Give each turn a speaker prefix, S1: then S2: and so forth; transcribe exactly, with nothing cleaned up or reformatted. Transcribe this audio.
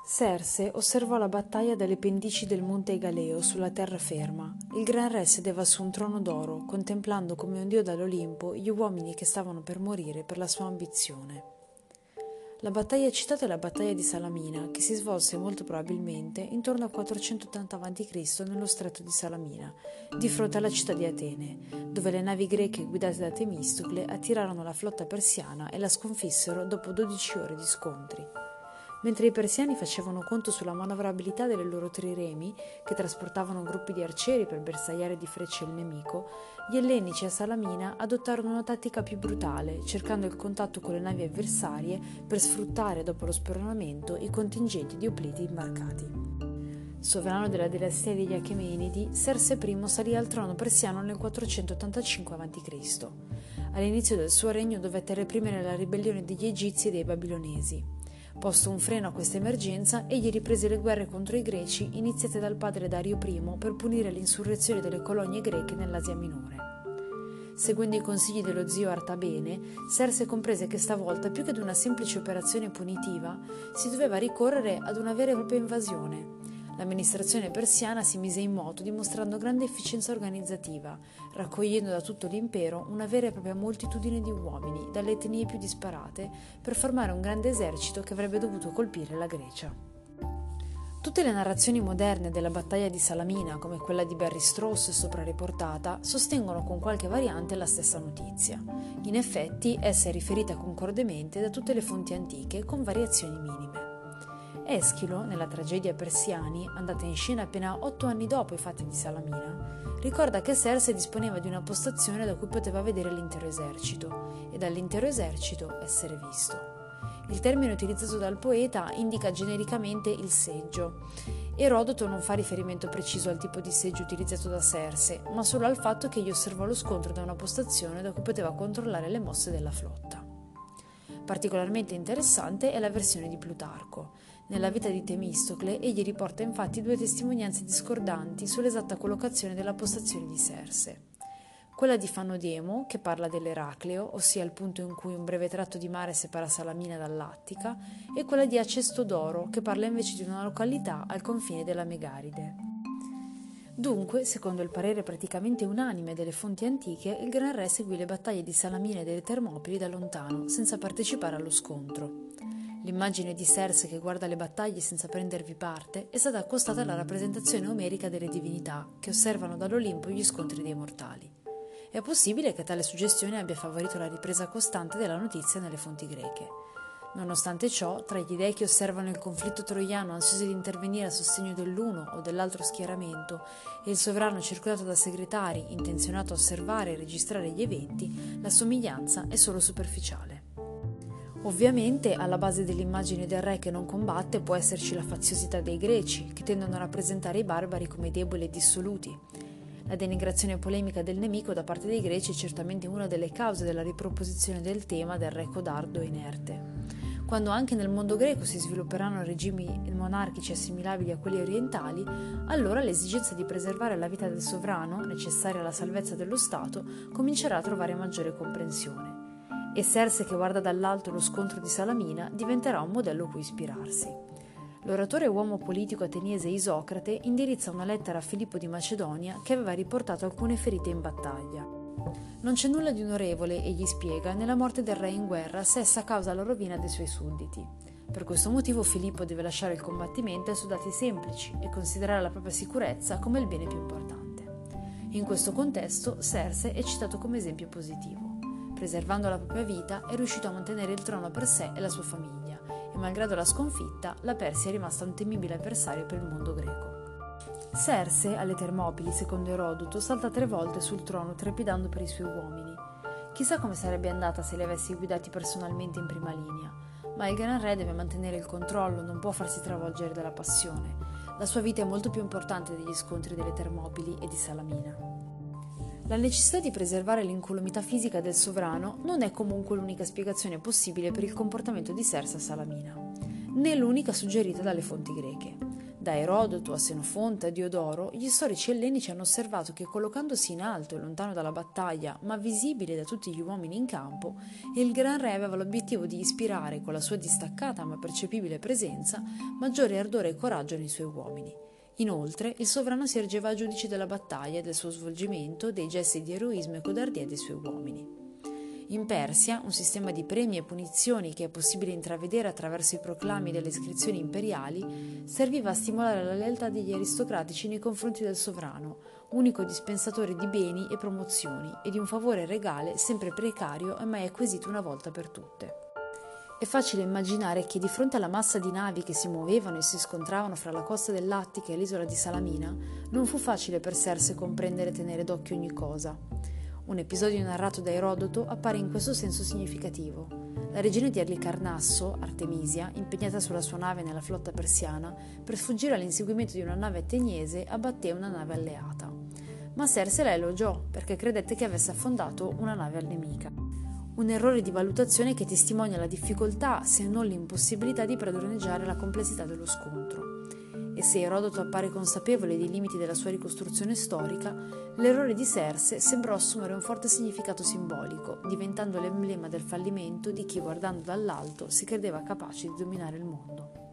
S1: Serse osservò la battaglia dalle pendici del monte Egaleo sulla terraferma. Il gran re sedeva su un trono d'oro, contemplando come un dio dall'Olimpo gli uomini che stavano per morire per la sua ambizione. La battaglia citata è la battaglia di Salamina, che si svolse molto probabilmente intorno al quattrocentottanta avanti Cristo nello stretto di Salamina, di fronte alla città di Atene, dove le navi greche guidate da Temistocle attirarono la flotta persiana e la sconfissero dopo dodici ore di scontri. Mentre i persiani facevano conto sulla manovrabilità delle loro triremi, che trasportavano gruppi di arcieri per bersagliare di frecce il nemico, gli ellenici a Salamina adottarono una tattica più brutale, cercando il contatto con le navi avversarie per sfruttare dopo lo speronamento i contingenti di opliti imbarcati. Sovrano della dinastia degli Achemenidi, Serse I salì al trono persiano nel quattrocentottantacinque avanti Cristo All'inizio del suo regno dovette reprimere la ribellione degli egizi e dei babilonesi. Posto un freno a questa emergenza, egli riprese le guerre contro i greci iniziate dal padre Dario I per punire l'insurrezione delle colonie greche nell'Asia Minore. Seguendo i consigli dello zio Artabene, Serse comprese che stavolta, più che ad una semplice operazione punitiva, si doveva ricorrere ad una vera e propria invasione. L'amministrazione persiana si mise in moto dimostrando grande efficienza organizzativa, raccogliendo da tutto l'impero una vera e propria moltitudine di uomini, dalle etnie più disparate, per formare un grande esercito che avrebbe dovuto colpire la Grecia. Tutte le narrazioni moderne della battaglia di Salamina, come quella di Barry Strauss sopra riportata, sostengono con qualche variante la stessa notizia. In effetti, essa è riferita concordemente da tutte le fonti antiche, con variazioni minime. Eschilo, nella tragedia Persiani, andata in scena appena otto anni dopo i fatti di Salamina, ricorda che Serse disponeva di una postazione da cui poteva vedere l'intero esercito, e dall'intero esercito essere visto. Il termine utilizzato dal poeta indica genericamente il seggio. Erodoto non fa riferimento preciso al tipo di seggio utilizzato da Serse, ma solo al fatto che egli osservò lo scontro da una postazione da cui poteva controllare le mosse della flotta. Particolarmente interessante è la versione di Plutarco. Nella vita di Temistocle egli riporta infatti due testimonianze discordanti sull'esatta collocazione della postazione di Serse. Quella di Fanodemo, che parla dell'Eracleo, ossia il punto in cui un breve tratto di mare separa Salamina dall'Attica, e quella di Acestodoro, che parla invece di una località al confine della Megaride. Dunque, secondo il parere praticamente unanime delle fonti antiche, il Gran Re seguì le battaglie di Salamina e delle Termopili da lontano, senza partecipare allo scontro. L'immagine di Serse che guarda le battaglie senza prendervi parte è stata accostata alla rappresentazione omerica delle divinità che osservano dall'Olimpo gli scontri dei mortali. È possibile che tale suggestione abbia favorito la ripresa costante della notizia nelle fonti greche. Nonostante ciò, tra gli dei che osservano il conflitto troiano ansiosi di intervenire a sostegno dell'uno o dell'altro schieramento e il sovrano circondato da segretari intenzionato a osservare e registrare gli eventi, la somiglianza è solo superficiale. Ovviamente, alla base dell'immagine del re che non combatte può esserci la faziosità dei greci, che tendono a rappresentare i barbari come deboli e dissoluti. La denigrazione polemica del nemico da parte dei greci è certamente una delle cause della riproposizione del tema del re codardo e inerte. Quando anche nel mondo greco si svilupperanno regimi monarchici assimilabili a quelli orientali, allora l'esigenza di preservare la vita del sovrano, necessaria alla salvezza dello Stato, comincerà a trovare maggiore comprensione. E Serse che guarda dall'alto lo scontro di Salamina diventerà un modello cui ispirarsi. L'oratore e uomo politico ateniese Isocrate indirizza una lettera a Filippo di Macedonia che aveva riportato alcune ferite in battaglia. Non c'è nulla di onorevole, egli spiega, nella morte del re in guerra se essa causa la rovina dei suoi sudditi. Per questo motivo Filippo deve lasciare il combattimento ai soldati semplici e considerare la propria sicurezza come il bene più importante. In questo contesto Serse è citato come esempio positivo. Preservando la propria vita, è riuscito a mantenere il trono per sé e la sua famiglia, e malgrado la sconfitta, la Persia è rimasta un temibile avversario per il mondo greco. Serse, alle Termopili, secondo Erodoto, salta tre volte sul trono trepidando per i suoi uomini. Chissà come sarebbe andata se li avessi guidati personalmente in prima linea, ma il Gran Re deve mantenere il controllo, non può farsi travolgere dalla passione. La sua vita è molto più importante degli scontri delle Termopili e di Salamina. La necessità di preservare l'incolumità fisica del sovrano non è comunque l'unica spiegazione possibile per il comportamento di Serse a Salamina, né l'unica suggerita dalle fonti greche. Da Erodoto a Senofonte a Diodoro, gli storici ellenici hanno osservato che collocandosi in alto e lontano dalla battaglia, ma visibile da tutti gli uomini in campo, il Gran Re aveva l'obiettivo di ispirare, con la sua distaccata ma percepibile presenza, maggiore ardore e coraggio nei suoi uomini. Inoltre, il sovrano si ergeva a giudice della battaglia, del suo svolgimento, dei gesti di eroismo e codardia dei suoi uomini. In Persia, un sistema di premi e punizioni che è possibile intravedere attraverso i proclami delle iscrizioni imperiali serviva a stimolare la lealtà degli aristocratici nei confronti del sovrano, unico dispensatore di beni e promozioni, e di un favore regale sempre precario e mai acquisito una volta per tutte. È facile immaginare che di fronte alla massa di navi che si muovevano e si scontravano fra la costa dell'Attica e l'isola di Salamina, non fu facile per Serse comprendere e tenere d'occhio ogni cosa. Un episodio narrato da Erodoto appare in questo senso significativo. La regina di Alicarnasso, Artemisia, impegnata sulla sua nave nella flotta persiana, per sfuggire all'inseguimento di una nave ateniese, abbatté una nave alleata. Ma Serse la elogiò perché credette che avesse affondato una nave nemica. Un errore di valutazione che testimonia la difficoltà, se non l'impossibilità, di padroneggiare la complessità dello scontro. E se Erodoto appare consapevole dei limiti della sua ricostruzione storica, l'errore di Serse sembrò assumere un forte significato simbolico, diventando l'emblema del fallimento di chi, guardando dall'alto, si credeva capace di dominare il mondo.